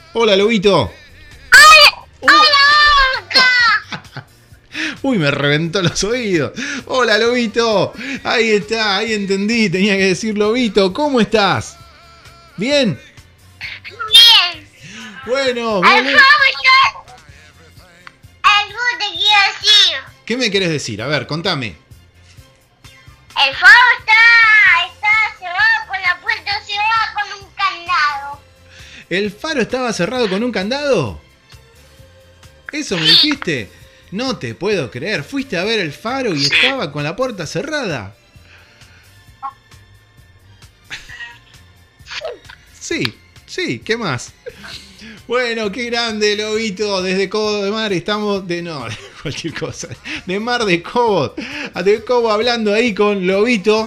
Hola, Lobito. ¡Hola! Uy, me reventó los oídos. Hola, Lobito. Ahí está, ahí entendí. Tenía que decir Lobito. ¿Cómo estás? ¿Bien? Bien. Bueno, Al favor, algo te quiero decir. ¿qué me querés decir? A ver, contame. El faro está cerrado con la puerta cerrada con un candado. ¿El faro estaba cerrado con un candado? ¿Eso me dijiste? No te puedo creer. Fuiste a ver el faro y estaba con la puerta cerrada. Sí, ¿qué más? Bueno, qué grande, Lobito. Desde Cobo de Mar estamos de... No, cualquier cosa. De Mar de Cobo. De Cobo hablando ahí con Lobito.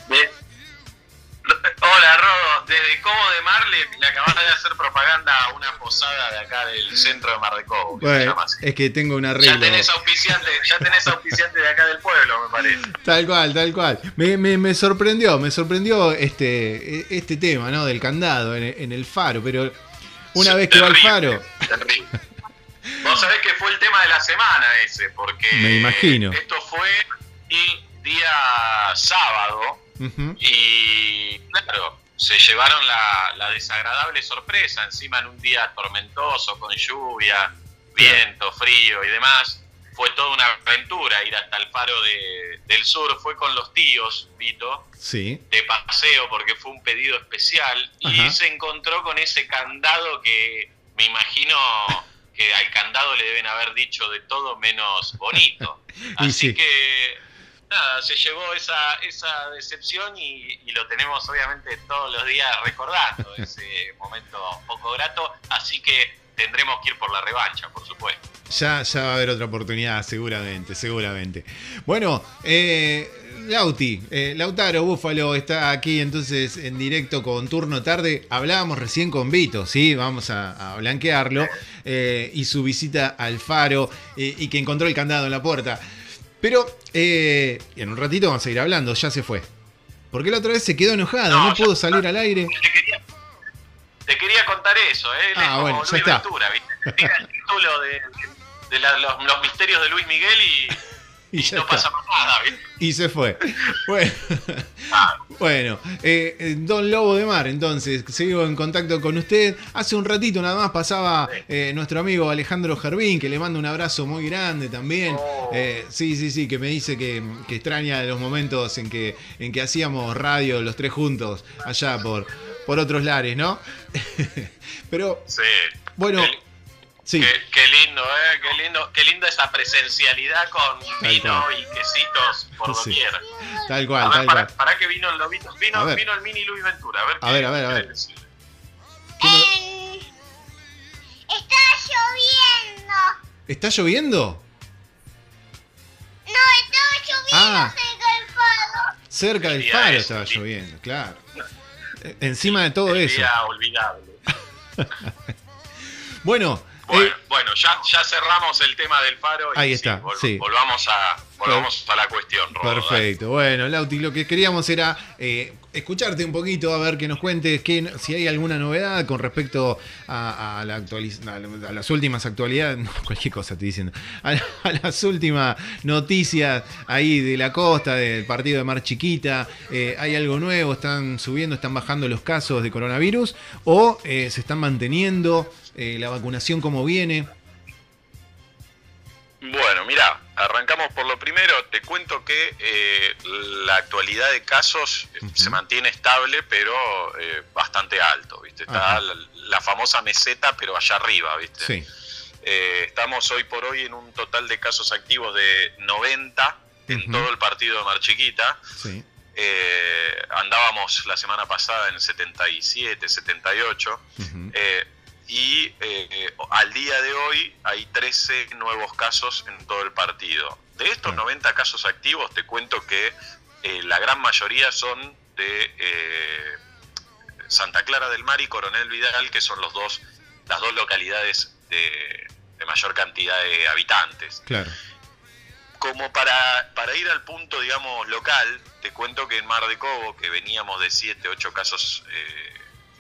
Hola, Rodo. Desde Cobo de Mar le acabas de hacer propaganda a una posada de acá del centro de Mar de Cobo. Bueno, es que tengo un arreglo. Ya tenés auspiciante de acá del pueblo, me parece. Tal cual. Me sorprendió este tema, ¿no? Del candado en el faro, pero una vez que va al faro... Terrible. Vos sabés que fue el tema de la semana ese, porque... Me imagino. Esto fue el día sábado. Uh-huh. Y claro, se llevaron la desagradable sorpresa encima en un día tormentoso, con lluvia, viento, frío y demás. Fue toda una aventura ir hasta el faro del sur. Fue con los tíos, Vito, sí, de paseo, porque fue un pedido especial. Ajá. Y se encontró con ese candado que me imagino que al candado le deben haber dicho de todo menos bonito. Así sí. que nada, se llevó esa decepción y lo tenemos obviamente todos los días recordando ese momento poco grato, así que tendremos que ir por la revancha, por supuesto. Ya va a haber otra oportunidad, seguramente. Bueno, Lautaro Búfalo está aquí entonces en directo con Turno Tarde. Hablábamos recién con Vito, ¿sí? Vamos a blanquearlo. Y su visita al faro y que encontró el candado en la puerta. Pero en un ratito vamos a ir hablando, ya se fue. Porque la otra vez se quedó enojado, no pudo salir al aire. Te quería contar eso, ¿eh? Él es como bueno, Luis ya está. Ventura, ¿viste? Tira el título de los misterios de Luis Miguel y ya no está. pasa más nada, ¿viste? Y se fue. Bueno, Don Lobo de Mar, entonces, sigo en contacto con usted. Hace un ratito nada más pasaba nuestro amigo Alejandro Gervín, que le manda un abrazo muy grande también. Sí, que me dice que extraña los momentos en que hacíamos radio los tres juntos, allá por otros lares, ¿no? Pero, sí. Bueno... Sí. Qué lindo, qué linda esa presencialidad con vino y quesitos por doquier. Tal cual. Para que vino el Lobito, vino el mini Luis Ventura. A ver. Está lloviendo. ¿Está lloviendo? No, estaba lloviendo cerca del faro. Cerca del faro estaba lloviendo, claro. Encima de todo eso. Olvidable. Bueno, ya cerramos el tema del faro y ahí está, sí. Volvamos a la cuestión, Rodo. Perfecto. Bueno, Lauti, lo que queríamos era escucharte un poquito, a ver que nos cuentes si hay alguna novedad con respecto a las últimas actualidades, no, cualquier cosa estoy diciendo, a las últimas noticias ahí de la costa, del partido de Mar Chiquita. ¿Hay algo nuevo? ¿Están bajando los casos de coronavirus? ¿O se están manteniendo? ¿La vacunación cómo viene? Bueno, mirá, arrancamos por lo primero. Te cuento que la actualidad de casos se mantiene estable, pero bastante alto, ¿viste? Está la famosa meseta, pero allá arriba, ¿viste? Sí. Estamos hoy por hoy en un total de casos activos de 90 en todo el partido de Mar Chiquita. Sí. Andábamos la semana pasada en 77, 78. Y al día de hoy hay 13 nuevos casos en todo el partido. De estos 90 casos activos, te cuento que la gran mayoría son de Santa Clara del Mar y Coronel Vidal, que son las dos localidades de mayor cantidad de habitantes. Claro. Como para ir al punto, digamos, local, te cuento que en Mar de Cobo, que veníamos de 7, 8 casos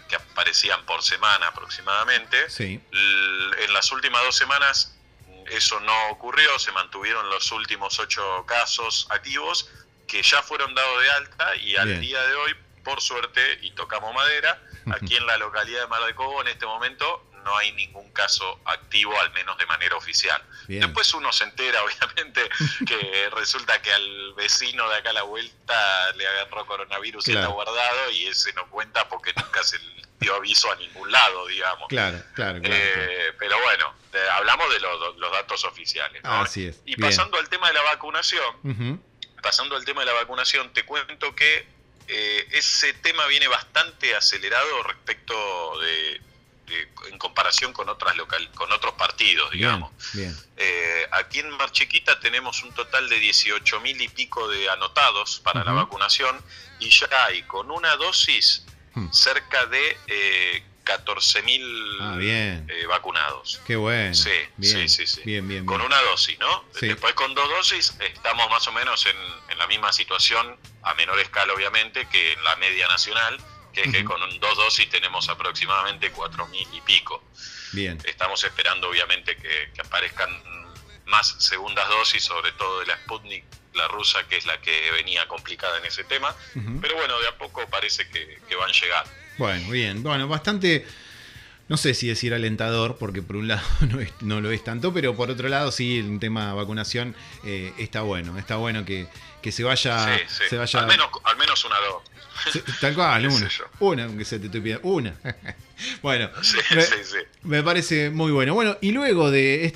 que aparecían por semana aproximadamente. Sí. En las últimas 2 semanas eso no ocurrió, se mantuvieron los últimos 8 casos activos que ya fueron dados de alta, y al día de hoy, por suerte, y tocamos madera, aquí en la localidad de Mar de Cobo en este momento no hay ningún caso activo, al menos de manera oficial. Bien. Después uno se entera, obviamente, que resulta que al vecino de acá a la vuelta le agarró coronavirus y está guardado, y ese no cuenta porque nunca se dio aviso a ningún lado, digamos. Claro. Pero bueno, hablamos de los datos oficiales, ¿no? Así es. Y pasando al tema de la vacunación, te cuento que ese tema viene bastante acelerado respecto en comparación con con otros partidos, digamos. Bien. Aquí en Mar Chiquita tenemos un total de 18.000 y pico de anotados para la vacunación, y ya hay con una dosis cerca de 14.000 vacunados. Qué bueno. Sí. Bien. Con una dosis, ¿no? Sí. Después con 2 dosis estamos más o menos en la misma situación, a menor escala obviamente, que en la media nacional, que es que con 2 dosis tenemos aproximadamente 4.000 y pico. Bien. Estamos esperando obviamente que aparezcan más segundas dosis, sobre todo de la Sputnik, la rusa, que es la que venía complicada en ese tema, pero bueno, de a poco parece que van llegando. Bueno, bien. Bueno, bastante, no sé si decir alentador, porque por un lado no lo es tanto, pero por otro lado sí, el tema vacunación está bueno. Está bueno que se vaya... Sí. Se vaya... Al menos una dosis. Tal cual, una, aunque se te estoy pidiendo, una. Bueno, me parece muy bueno. Bueno, y luego de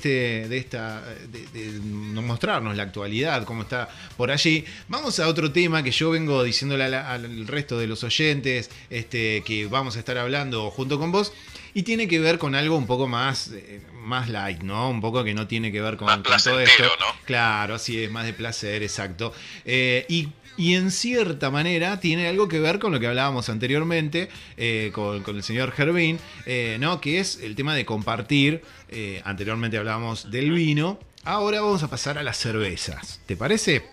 no mostrarnos la actualidad, cómo está por allí, vamos a otro tema que yo vengo diciéndole al resto de los oyentes, que vamos a estar hablando junto con vos, y tiene que ver con algo un poco más light, ¿no? Un poco que no tiene que ver con todo esto, ¿no? Claro, así es, más de placer, exacto. Y en cierta manera tiene algo que ver con lo que hablábamos anteriormente con el señor Gervín, ¿no? Que es el tema de compartir. Anteriormente hablábamos del vino, ahora vamos a pasar a las cervezas. ¿Te parece?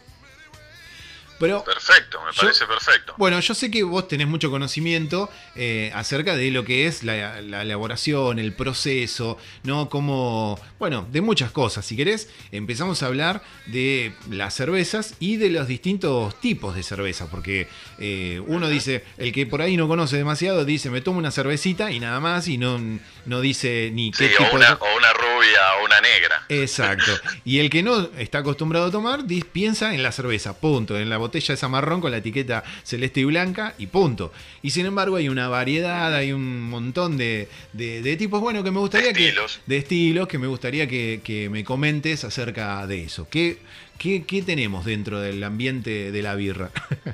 Perfecto, me parece perfecto. Bueno, yo sé que vos tenés mucho conocimiento acerca de lo que es la elaboración, el proceso, ¿no? Como, bueno, de muchas cosas. Si querés, empezamos a hablar de las cervezas y de los distintos tipos de cerveza, porque uno dice, el que por ahí no conoce demasiado, dice, me tomo una cervecita y nada más, y no dice ni qué tipo o una rubia o una negra. Exacto. Y el que no está acostumbrado a tomar, piensa en la cerveza, punto, en la botella esa marrón con la etiqueta celeste y blanca y punto. Y sin embargo hay una variedad, hay un montón de tipos, bueno, que me gustaría de estilos que me gustaría que me comentes acerca de eso. ¿Qué tenemos dentro del ambiente de la birra?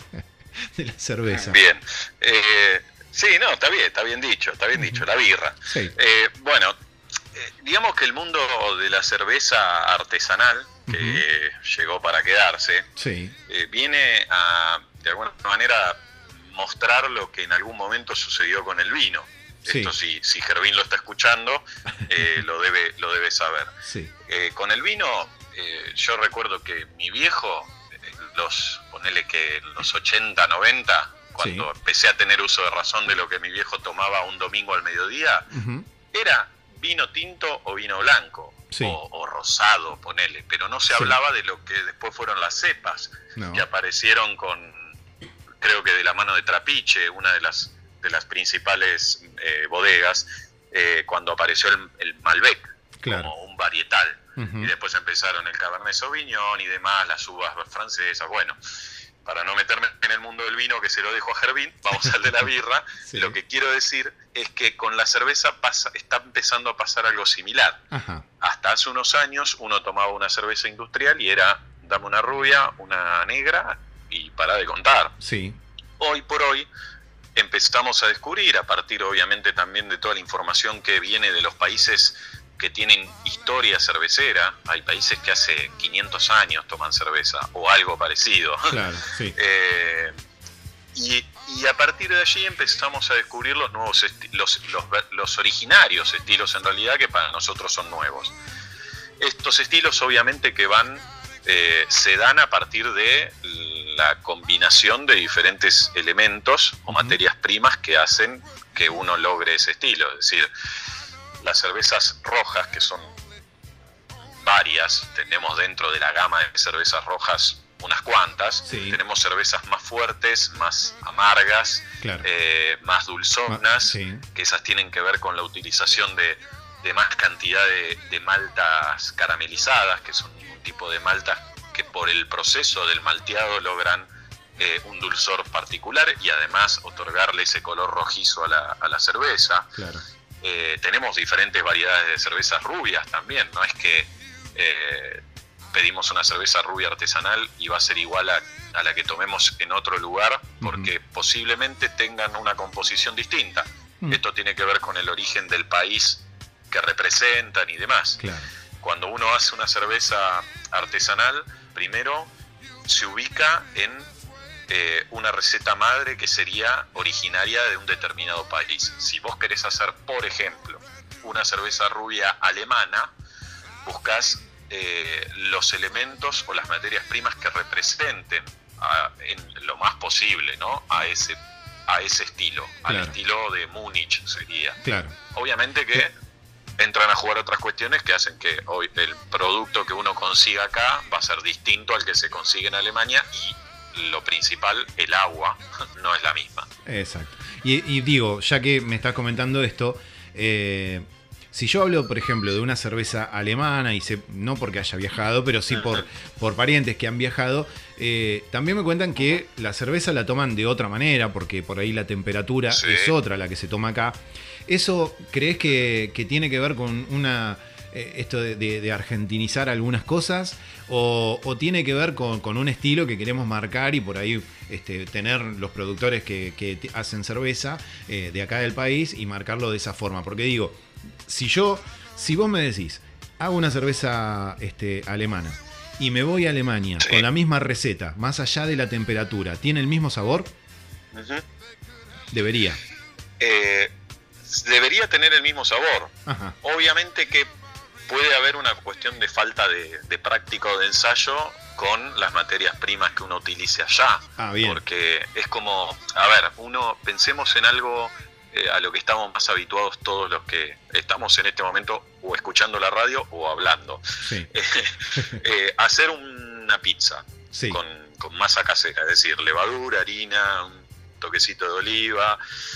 De la cerveza. Bien. Sí, no, está bien dicho, la birra. Sí. Bueno, digamos que el mundo de la cerveza artesanal, que llegó para quedarse, viene a, de alguna manera, mostrar lo que en algún momento sucedió con el vino. Sí. Esto si Gervín lo está escuchando, lo debe saber. Sí. Con el vino, yo recuerdo que mi viejo, ponele que en los 80, 90, cuando empecé a tener uso de razón de lo que mi viejo tomaba un domingo al mediodía, era vino tinto o vino blanco, o rosado, ponele, pero no se hablaba de lo que después fueron las cepas, que aparecieron creo que de la mano de Trapiche, una de las principales bodegas, cuando apareció el Malbec, como un varietal, y después empezaron el Cabernet Sauvignon y demás, las uvas francesas. Bueno, para no meterme en el mundo del vino, que se lo dejo a Gervín, vamos al de la birra. Lo que quiero decir es que con la cerveza está empezando a pasar algo similar. Hasta hace unos años uno tomaba una cerveza industrial y era, dame una rubia, una negra y para de contar. Hoy por hoy empezamos a descubrir, a partir obviamente también de toda la información que viene de los países que tienen historia cervecera, hay países que hace 500 años toman cerveza o algo parecido. Claro, sí. Y a partir de allí empezamos a descubrir los nuevos los originarios estilos, en realidad, que para nosotros son nuevos. Estos estilos obviamente que se dan a partir de la combinación de diferentes elementos o materias primas que hacen que uno logre ese estilo. Es decir, las cervezas rojas, que son varias, tenemos dentro de la gama de cervezas rojas unas cuantas, tenemos cervezas más fuertes, más amargas, claro, más dulzonas, que esas tienen que ver con la utilización de más cantidad de maltas caramelizadas, que son un tipo de maltas que por el proceso del malteado logran un dulzor particular y además otorgarle ese color rojizo a la cerveza. Claro. Tenemos diferentes variedades de cervezas rubias también, no es que pedimos una cerveza rubia artesanal y va a ser igual a la que tomemos en otro lugar, porque posiblemente tengan una composición distinta. Esto tiene que ver con el origen del país que representan y demás. Claro. Cuando uno hace una cerveza artesanal, primero se ubica en una receta madre que sería originaria de un determinado país. Si vos querés hacer, por ejemplo, una cerveza rubia alemana, buscás los elementos o las materias primas que representen en lo más posible, ¿no?, a ese estilo, claro, al estilo de Múnich sería. Claro. Obviamente que entran a jugar otras cuestiones que hacen que hoy el producto que uno consiga acá va a ser distinto al que se consigue en Alemania, y lo principal, el agua, no es la misma. Exacto. Y digo, ya que me estás comentando esto, si yo hablo, por ejemplo, de una cerveza alemana, y no porque haya viajado, pero sí por parientes que han viajado, también me cuentan que la cerveza la toman de otra manera, porque por ahí la temperatura es otra la que se toma acá. ¿Eso crees que tiene que ver con esto de argentinizar algunas cosas? ¿O tiene que ver con un estilo que queremos marcar y por ahí tener los productores que hacen cerveza de acá del país y marcarlo de esa forma? Porque digo, si vos me decís, hago una cerveza alemana y me voy a Alemania con la misma receta, más allá de la temperatura, ¿tiene el mismo sabor? Debería. Debería tener el mismo sabor. Ajá. Obviamente que puede haber una cuestión de falta de práctica o de ensayo con las materias primas que uno utilice allá. Bien. Porque es como, pensemos en algo a lo que estamos más habituados todos los que estamos en este momento o escuchando la radio o hablando. Sí. Hacer una pizza con masa casera, es decir, levadura, harina, un toquecito de oliva.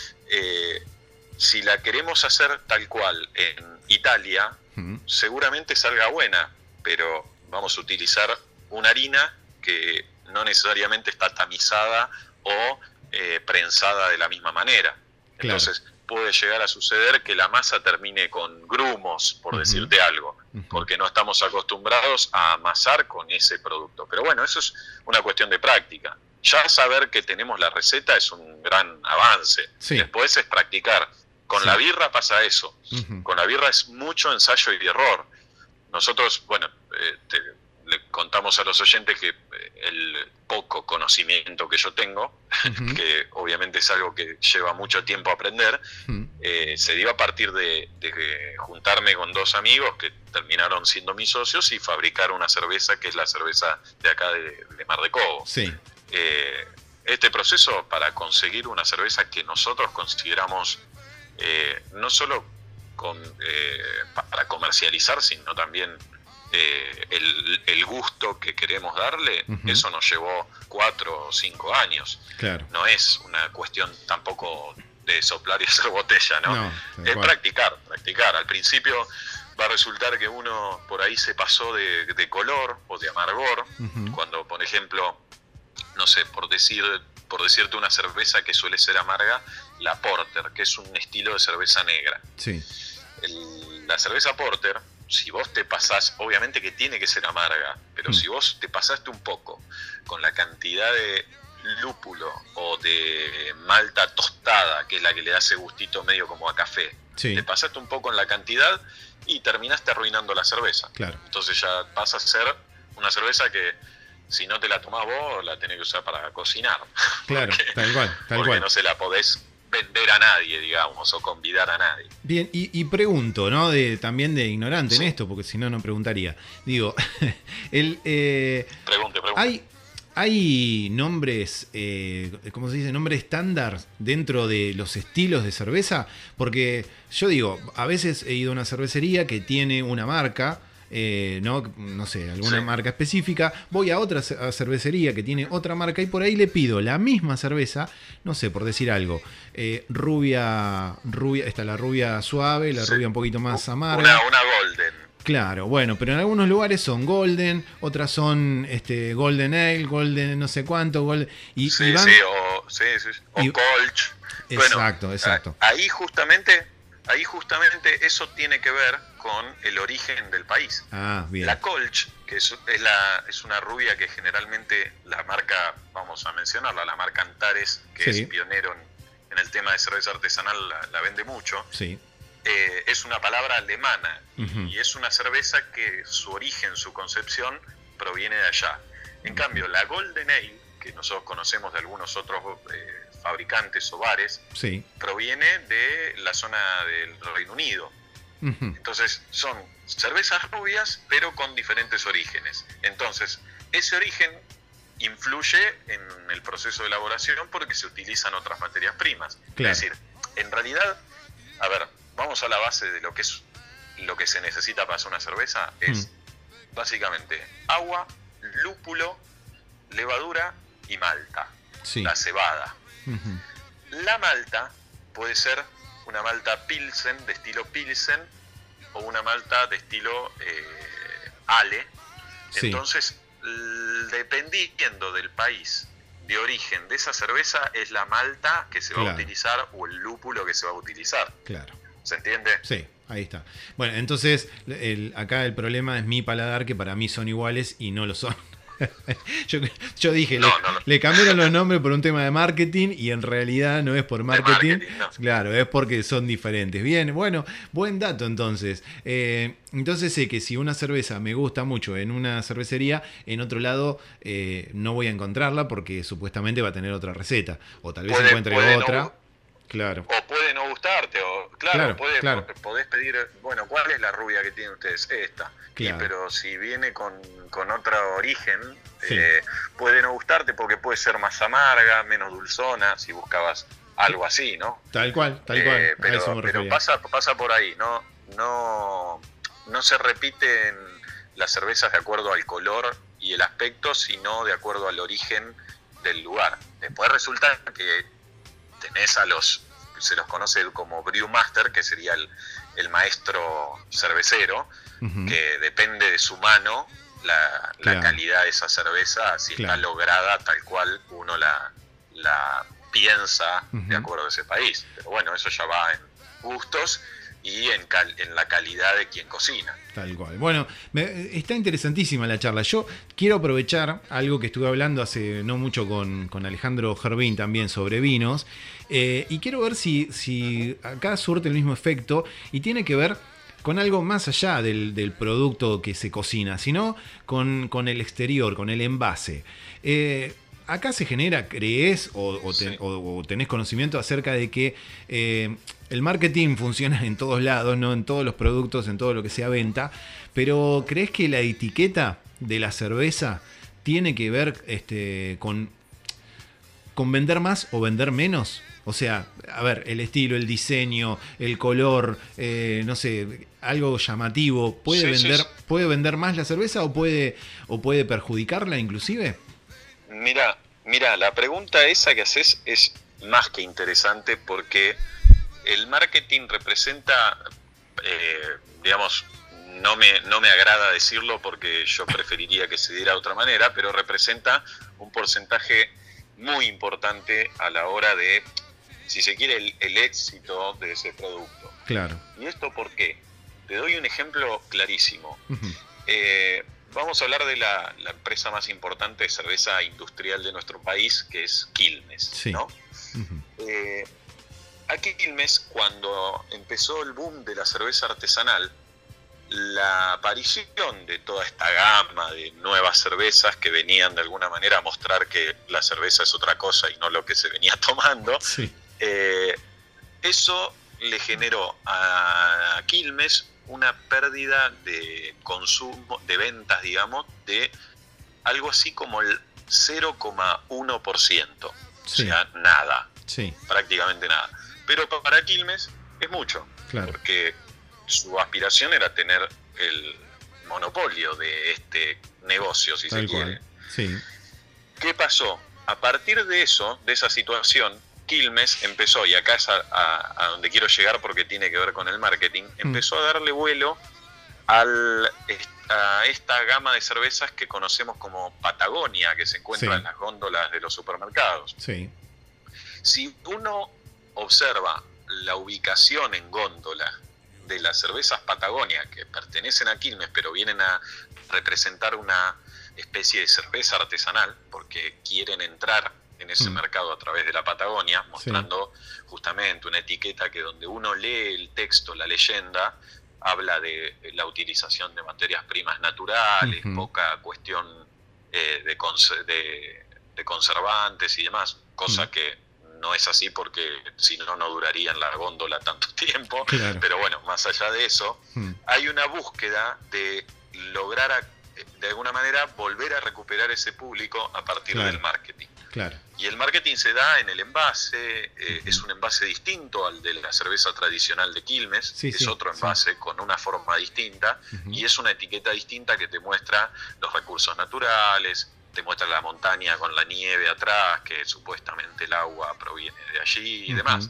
Si la queremos hacer tal cual en Italia, seguramente salga buena, pero vamos a utilizar una harina que no necesariamente está tamizada o prensada de la misma manera. Claro. Entonces puede llegar a suceder que la masa termine con grumos, por decirte algo, porque no estamos acostumbrados a amasar con ese producto. Pero bueno, eso es una cuestión de práctica. Ya saber que tenemos la receta es un gran avance. Sí. Después es practicar. Con la birra pasa eso. Con la birra es mucho ensayo y error. Nosotros, le contamos a los oyentes que el poco conocimiento que yo tengo, que obviamente es algo que lleva mucho tiempo aprender, se dio a partir de juntarme con dos amigos que terminaron siendo mis socios y fabricar una cerveza que es la cerveza de acá de Mar de Cobo. Sí. Este proceso para conseguir una cerveza que nosotros consideramos no solo para comercializar, sino también el gusto que queremos darle, eso nos llevó 4 o 5 años. Claro. No es una cuestión tampoco de soplar y hacer botella, ¿no? Es practicar. Al principio va a resultar que uno por ahí se pasó de color o de amargor, cuando, por ejemplo, no sé, por decirte una cerveza que suele ser amarga, la Porter, que es un estilo de cerveza negra. Sí. La cerveza Porter, si vos te pasás, obviamente que tiene que ser amarga, pero si vos te pasaste un poco con la cantidad de lúpulo o de malta tostada, que es la que le da ese gustito medio como a café, te pasaste un poco en la cantidad y terminaste arruinando la cerveza. Claro. Entonces ya pasa a ser una cerveza que, si no te la tomás vos, la tenés que usar para cocinar. Claro, tal cual. Porque no se la podés vender a nadie, digamos, o convidar a nadie. Bien, y pregunto, ¿no? También de ignorante en esto, porque si no, no preguntaría. Digo, pregunte. ¿Hay nombres, ¿cómo se dice? Nombres estándar dentro de los estilos de cerveza? Porque yo digo, a veces he ido a una cervecería que tiene una marca, no sé, alguna marca específica. Voy a otra cervecería que tiene otra marca y por ahí le pido la misma cerveza, no sé, por decir algo. Rubia, está la rubia suave, la rubia un poquito más amarga. Una golden. Claro, bueno, pero en algunos lugares son golden, otras son golden ale, golden no sé cuánto, golden, y van... o colch. Exacto, bueno, exacto. Ahí justamente eso tiene que ver con el origen del país. Ah, bien. La colch, que es una rubia que generalmente la marca, vamos a mencionarla, la marca Antares, que es pionero en el tema de cerveza artesanal, la vende mucho. Sí. Es una palabra alemana Uh-huh. y es una cerveza que su origen, su concepción proviene de allá. En cambio, la Golden Ale, que nosotros conocemos de algunos otros fabricantes o bares, proviene de la zona del Reino Unido. Uh-huh. Entonces son cervezas rubias pero con diferentes orígenes. Entonces ese origen influye en el proceso de elaboración porque se utilizan otras materias primas. Claro. Es decir, en realidad, a ver, vamos a la base de lo que se necesita para hacer una cerveza. Es básicamente agua, lúpulo, levadura y malta. La cebada. Uh-huh. La malta puede ser una malta Pilsen, de estilo Pilsen, o una malta de estilo Ale. Entonces, dependiendo del país de origen de esa cerveza, es la malta que se va a utilizar o el lúpulo que se va a utilizar. Claro. ¿Se entiende? Sí, ahí está. Bueno, entonces acá el problema es mi paladar, que para mí son iguales y no lo son. Yo dije, le cambiaron los nombres por un tema de marketing y en realidad no es por marketing. No. Claro, es porque son diferentes. Bien, bueno, buen dato entonces. Entonces sé que si una cerveza me gusta mucho en una cervecería, en otro lado no voy a encontrarla porque supuestamente va a tener otra receta. O tal vez encuentre otra. No. Claro. O puede no gustarte, o podés pedir, bueno, ¿cuál es la rubia que tienen ustedes? Esta. Claro. Pero si viene con otro origen, puede no gustarte porque puede ser más amarga, menos dulzona, si buscabas algo así, ¿no? Tal cual. Pero pasa por ahí, no se repiten las cervezas de acuerdo al color y el aspecto, sino de acuerdo al origen del lugar. Después resulta que tenés se los conoce como brewmaster, que sería el maestro cervecero, uh-huh. que depende de su mano la calidad de esa cerveza, si está lograda tal cual uno la piensa, uh-huh. de acuerdo a ese país. Pero bueno, eso ya va en gustos y en la calidad de quien cocina. Tal cual. Bueno, está interesantísima la charla. Yo quiero aprovechar algo que estuve hablando hace no mucho con Alejandro Gervín también sobre vinos, y quiero ver si acá surte el mismo efecto y tiene que ver con algo más allá del producto que se cocina, sino con el exterior, con el envase. Acá se genera, ¿crees o tenés conocimiento acerca de que el marketing funciona en todos lados, no en todos los productos, en todo lo que sea venta, pero ¿crees que la etiqueta de la cerveza tiene que ver con vender más o vender menos? O sea, a ver, el estilo, el diseño, el color, no sé, algo llamativo, ¿puede vender más la cerveza o puede perjudicarla inclusive? Mira, la pregunta esa que haces es más que interesante porque el marketing representa, digamos, no me agrada decirlo porque yo preferiría que se diera de otra manera, pero representa un porcentaje muy importante a la hora de, si se quiere, el éxito de ese producto. Claro. ¿Y esto por qué? Te doy un ejemplo clarísimo. Uh-huh. Vamos a hablar de la empresa más importante de cerveza industrial de nuestro país, que es Quilmes, ¿no? Uh-huh. Aquí Quilmes, cuando empezó el boom de la cerveza artesanal, la aparición de toda esta gama de nuevas cervezas que venían de alguna manera a mostrar que la cerveza es otra cosa y no lo que se venía tomando, eso le generó a Quilmes una pérdida de consumo, de ventas, digamos, de algo así como el 0,1%. Sí. O sea, nada. Sí. Prácticamente nada. Pero para Quilmes es mucho. Claro. Porque su aspiración era tener el monopolio de este negocio, si Tal se quiere. cual. Sí. ¿Qué pasó? A partir de eso, de esa situación, Quilmes empezó, y acá es a donde quiero llegar porque tiene que ver con el marketing, empezó a darle vuelo a esta gama de cervezas que conocemos como Patagonia, que se encuentra Sí. en las góndolas de los supermercados. Sí. Si uno observa la ubicación en góndola de las cervezas Patagonia, que pertenecen a Quilmes, pero vienen a representar una especie de cerveza artesanal, porque quieren entrar en ese mercado a través de la Patagonia, mostrando justamente una etiqueta que donde uno lee el texto, la leyenda, habla de la utilización de materias primas naturales, poca cuestión de conservantes y demás, cosa que no es así porque si no, no duraría en la góndola tanto tiempo. Claro. Pero bueno, más allá de eso, hay una búsqueda de lograr de alguna manera volver a recuperar ese público a partir del marketing. Claro. Y el marketing se da en el envase, es un envase distinto al de la cerveza tradicional de Quilmes, es otro envase con una forma distinta y es una etiqueta distinta que te muestra los recursos naturales, te muestra la montaña con la nieve atrás, que supuestamente el agua proviene de allí y demás.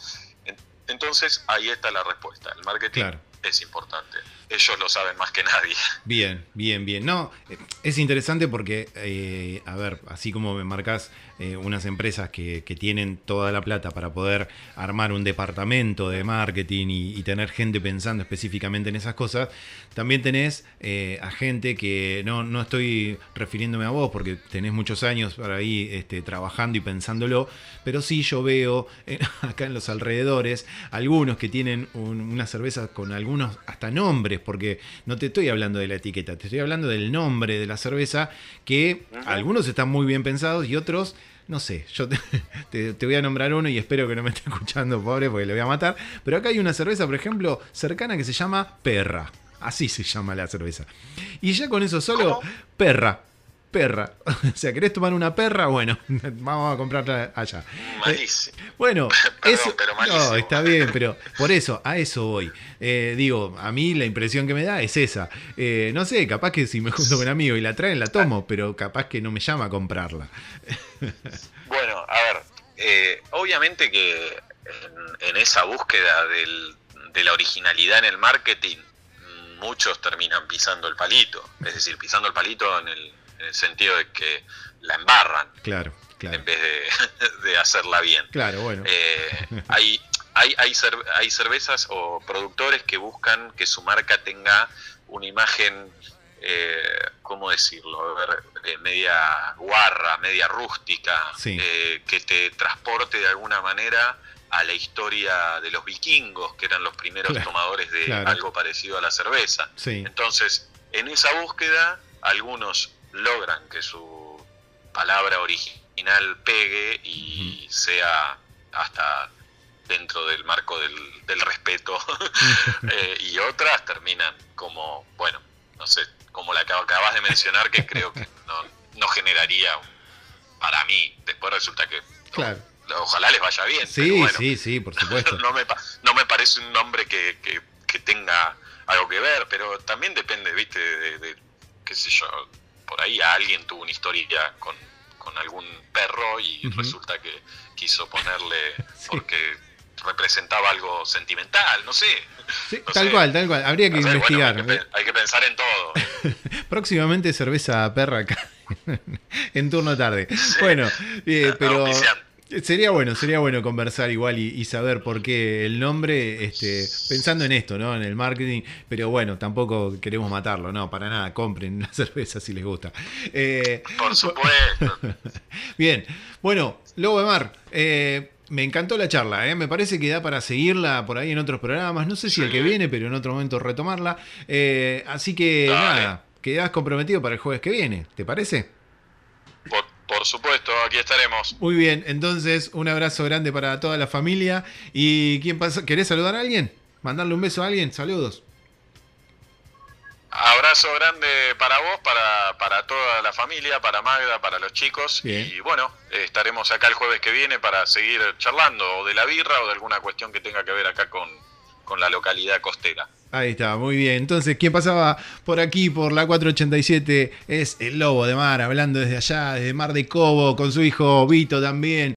Entonces ahí está la respuesta, el marketing es importante. Ellos lo saben más que nadie. Bien, bien, bien. No, es interesante porque, a ver, así como me marcás unas empresas que tienen toda la plata para poder armar un departamento de marketing y tener gente pensando específicamente en esas cosas, también tenés a gente que no estoy refiriéndome a vos porque tenés muchos años por ahí trabajando y pensándolo, pero sí yo veo acá en los alrededores algunos que tienen una cerveza con algunos hasta nombres, porque no te estoy hablando de la etiqueta, te estoy hablando del nombre de la cerveza, que algunos están muy bien pensados y otros, no sé, yo te voy a nombrar uno y espero que no me esté escuchando, pobre, porque le voy a matar, pero acá hay una cerveza, por ejemplo, cercana que se llama Perra, así se llama la cerveza, y ya con eso solo, ¿Cómo? Perra. O sea, ¿querés tomar una perra? Bueno, vamos a comprarla allá. Malísimo. Bueno, Perdón, eso, pero malísimo. no, está bien, pero por eso, a eso voy. Digo, a mí la impresión que me da es esa. No sé, capaz que si me junto con amigos y la traen, la tomo, pero capaz que no me llama a comprarla. Bueno, a ver, obviamente que en esa búsqueda de la originalidad en el marketing, muchos terminan pisando el palito. Es decir, pisando el palito en el sentido de que la embarran. Claro. En vez de hacerla bien. Claro, bueno. Hay cervezas o productores que buscan que su marca tenga una imagen, ¿cómo decirlo? A ver, media guarra, media rústica, que te transporte de alguna manera a la historia de los vikingos, que eran los primeros tomadores de algo parecido a la cerveza. Sí. Entonces, en esa búsqueda, algunos logran que su palabra original pegue y sea hasta dentro del marco del respeto y otras terminan como, bueno, no sé, como la que acabas de mencionar, que creo que no generaría para mí, después resulta que ojalá les vaya bien. Sí, pero bueno, sí, por supuesto. no me parece un nombre que tenga algo que ver, pero también depende, viste, de qué sé yo, por ahí alguien tuvo una historia con algún perro y resulta que quiso ponerle porque representaba algo sentimental, no sé. Sí, no tal sé. cual, habría que investigar. Bueno, hay que pensar en todo. Próximamente cerveza perra acá en turno tarde. Sí. Bueno, pero Auspiciante. sería bueno conversar igual y saber por qué el nombre, pensando en esto, ¿no? En el marketing, pero bueno, tampoco queremos matarlo, no, para nada, compren la cerveza si les gusta. Por supuesto. Bien, bueno, Lobo de Mar, me encantó la charla, me parece que da para seguirla por ahí en otros programas, no sé si el que viene, pero en otro momento retomarla, así que nada, quedás comprometido para el jueves que viene, ¿te parece? Por supuesto, aquí estaremos. Muy bien, entonces un abrazo grande para toda la familia. ¿Y quién pasa? ¿Querés saludar a alguien? ¿Mandarle un beso a alguien? Saludos. Abrazo grande para vos, para toda la familia, para Magda, para los chicos. Bien. Y bueno, estaremos acá el jueves que viene para seguir charlando o de la birra o de alguna cuestión que tenga que ver acá con la localidad costera. Ahí está, muy bien. Entonces, quien pasaba por aquí, por la 487, es el Lobo de Mar, hablando desde allá, desde Mar de Cobo, con su hijo Vito también.